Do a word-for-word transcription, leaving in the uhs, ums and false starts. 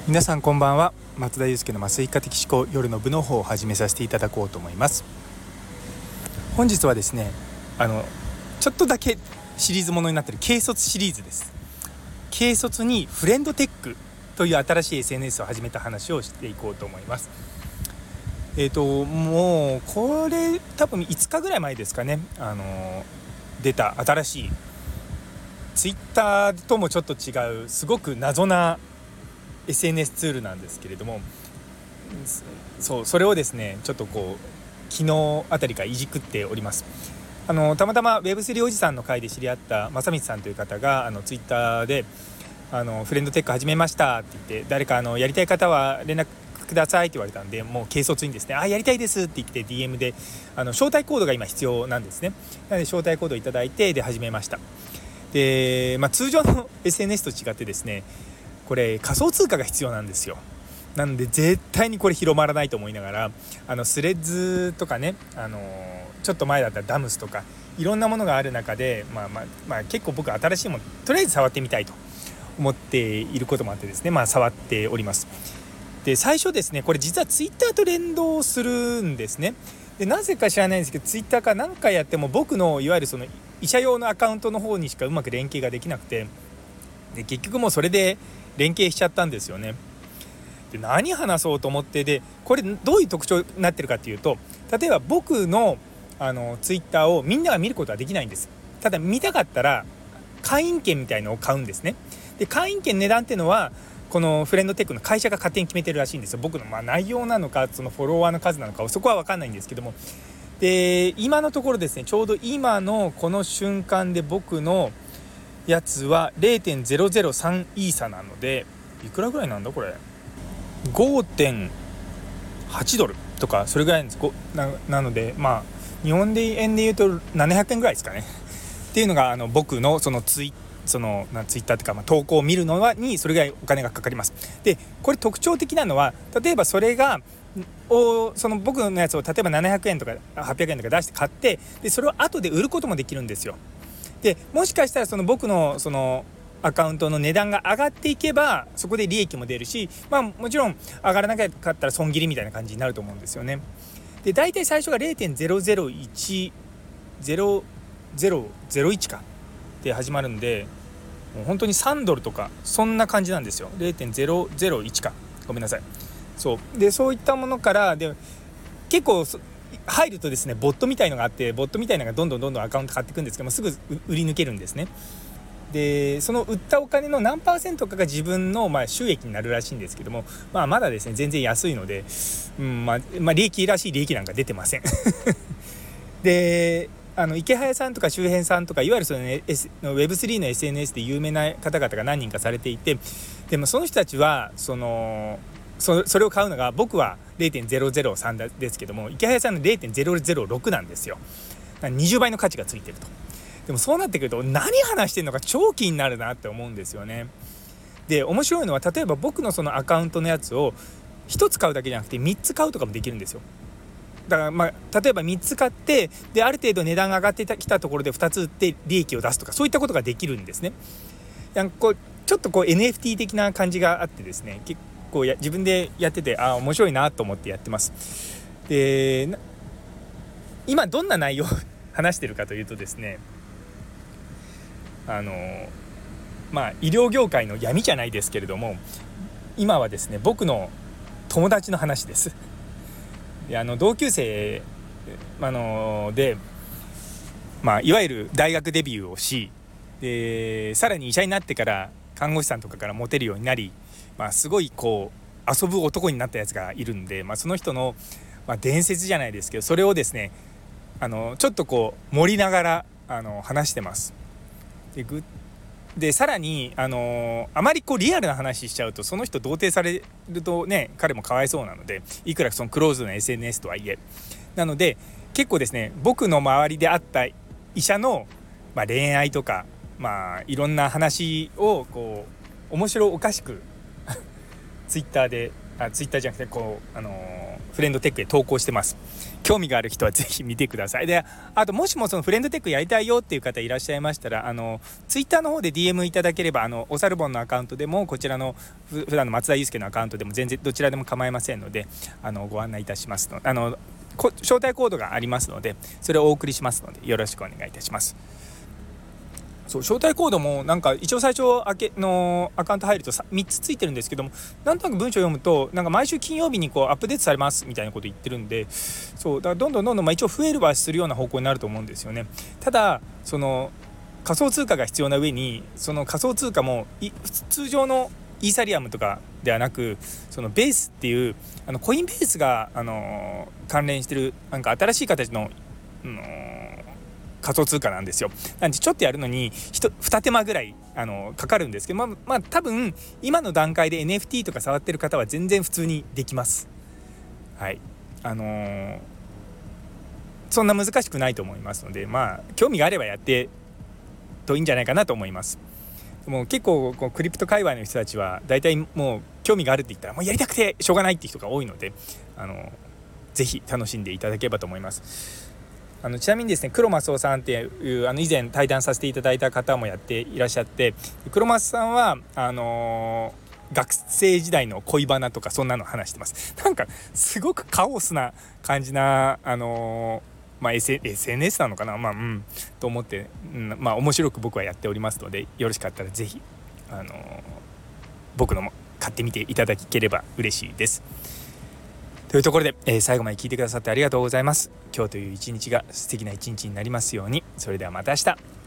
皆さんこんばんは。松田祐介の麻酔科的思考夜の部の方を始めさせていただこうと思います。本日はですねあのちょっとだけシリーズものになっている軽率シリーズです。軽率にフレンドテックという新しい エスエヌエス を始めた話をしていこうと思います。えーともうこれ多分いつかぐらい前ですかね、あの出た新しいツイッターともちょっと違うすごく謎なエスエヌエス ツールなんですけれども、そうそれをですねちょっとこう昨日あたりからいじくっております。あのたまたま ウェブスリー おじさんの会で知り合った正光さんという方があのツイッターであのフレンドテック始めましたって言って、誰かあのやりたい方は連絡くださいって言われたんで、もう軽率にですねあやりたいですって言って ディーエム であの招待コードが今必要なんですね。なので招待コードをいただいてで始めました。で、まあ、通常の エスエヌエス と違ってですねこれ仮想通貨が必要なんですよ。なので絶対にこれ広まらないと思いながら、あのスレッズとかね、あのちょっと前だったらダムスとかいろんなものがある中で、まあまあまあ、結構僕新しいものとりあえず触ってみたいと思っていることもあってですね、まあ、触っております。で最初ですねこれ実はツイッターと連動するんですね。でなぜか知らないんですけどツイッターから何回やっても僕のいわゆるその医者用のアカウントの方にしかうまく連携ができなくて、で結局もうそれで連携しちゃったんですよね。で何話そうと思って、でこれどういう特徴になってるかっていうと、例えば僕のあのツイッターをみんなが見ることはできないんです。ただ見たかったら会員権みたいのを買うんですね。で会員権の値段っていうのはこのフレンドテックの会社が勝手に決めてるらしいんですよ。僕のまあ内容なのかそのフォロワーの数なのかそこは分かんないんですけども、で今のところですねちょうど今のこの瞬間で僕のやつは ゼロてんゼロゼロさん イーサなので、いくらぐらいなんだこれ ごてんはちドルとかそれぐらいなんです。 な, なのでまあ日本で円で言うとななひゃくえんぐらいですかねっていうのがあの僕のそのツイそのなツイッターというか、まあ、投稿を見るのにそれぐらいお金がかかります。でこれ特徴的なのは、例えばそれがおその僕のやつを例えばななひゃくえんとかはっぴゃくえんとか出して買って、でそれを後で売ることもできるんですよ。でもしかしたらその僕のそのアカウントの値段が上がっていけばそこで利益も出るし、まあもちろん上がらなかったら損切りみたいな感じになると思うんですよね。で大体最初が ゼロてんゼロゼロいち ゼロゼロゼロいちかで始まるんで、もう本当にさんドルとかそんな感じなんですよ。 ゼロてんゼロゼロいちかごめんなさい。そうでそういったものからで結構入るとですねボットみたいのがあって、ボットみたいなのがどんどんどんどんアカウント買っていくんですけども、すぐ売り抜けるんですね。でその売ったお金の何パーセントかが自分のまあ収益になるらしいんですけども、まあ、まだですね全然安いので、うんまあまあ、利益らしい利益なんか出てませんであの池早さんとか周辺さんとかいわゆるその、ね、S、ウェブスリー の エスエヌエス で有名な方々が何人かされていて、でもその人たちはその そ, それを買うのが僕は ゼロてんゼロゼロさん ですけども、池早さんの ゼロてんゼロゼロろく なんですよ。にじゅうばいの価値がついてると。でもそうなってくると何話してんのか超気になるなって思うんですよね。で面白いのは例えば僕のそのアカウントのやつをひとつ買うだけじゃなくてみっつ買うとかもできるんですよ。だからまあ例えばみっつ買ってである程度値段が上がってきたところでふたつ売って利益を出すとかそういったことができるんですね。なんかこうちょっとこう エヌエフティー 的な感じがあってですね、結構や自分でやっててあ面白いなと思ってやってます。で今どんな内容を話してるかというとですね、あのまあ医療業界の闇じゃないですけれども、今はですね僕の友達の話です。であの同級生あので、まあ、いわゆる大学デビューをし、でさらに医者になってから看護師さんとかからモテるようになり、まあ、すごいこう遊ぶ男になったやつがいるんで、まあ、その人の、まあ、伝説じゃないですけどそれをですねあのちょっとこう盛りながらあの話してます。でぐでさらにあのあまりこうリアルな話しちゃうとその人同定されるとね彼もかわいそうなので、いくらそのクローズドな エスエヌエス とはいえなので結構ですね僕の周りであった医者の、まあ、恋愛とか、まあ、いろんな話をこう面白おかしくツイッターであツイッターじゃなくてこう、あのー、フレンドテックへ投稿してます。興味がある人はぜひ見てください。であともしもそのフレンドテックやりたいよっていう方いらっしゃいましたら、あのツイッターの方で ディーエム いただければ、あのおさるぼんのアカウントでもこちらのふ普段の松田祐介のアカウントでも全然どちらでも構いませんので、あのご案内いたしますのあの招待コードがありますので、それをお送りしますのでよろしくお願いいたします。そう招待コードもなんか一応最初開けのアカウント入るとみっつついてるんですけども、なんとなく文章を読むとなんか毎週金曜日にこうアップデートされますみたいなこと言ってるんで、そうだからどんどんどんどんまあ一応増えるはするような方向になると思うんですよね。ただその仮想通貨が必要な上に、その仮想通貨も通常のイーサリアムとかではなく、そのベースっていうあのコインベースが、あのー、関連してるなんか新しい形の、うん、仮想通貨なんですよ。なんでちょっとやるのにに手間ぐらいあのかかるんですけど、まあ、まあ多分今の段階で エヌエフティー とか触ってる方は全然普通にできます。はいあのー、そんな難しくないと思いますので、まあ興味があればやってといいんじゃないかなと思います。もう結構こうクリプト界隈の人たちはだいたいもう興味があるって言ったらもうやりたくてしょうがないって人が多いので、あのぜひ楽しんでいただければと思います。あのちなみにですね、黒マスオさんっていうあの以前対談させていただいた方もやっていらっしゃって、黒マスさんはあのー、学生時代の恋バナとかそんなの話してます。なんかすごくカオスな感じな、あのーまあ、エスエヌエス なのかな、まあうんと思って、うん、まあ面白く僕はやっておりますので、よろしかったらぜひ、あのー、僕のも買ってみていただければ嬉しいです。というところで、えー、最後まで聞いてくださってありがとうございます。今日という一日が素敵な一日になりますように。それではまた明日。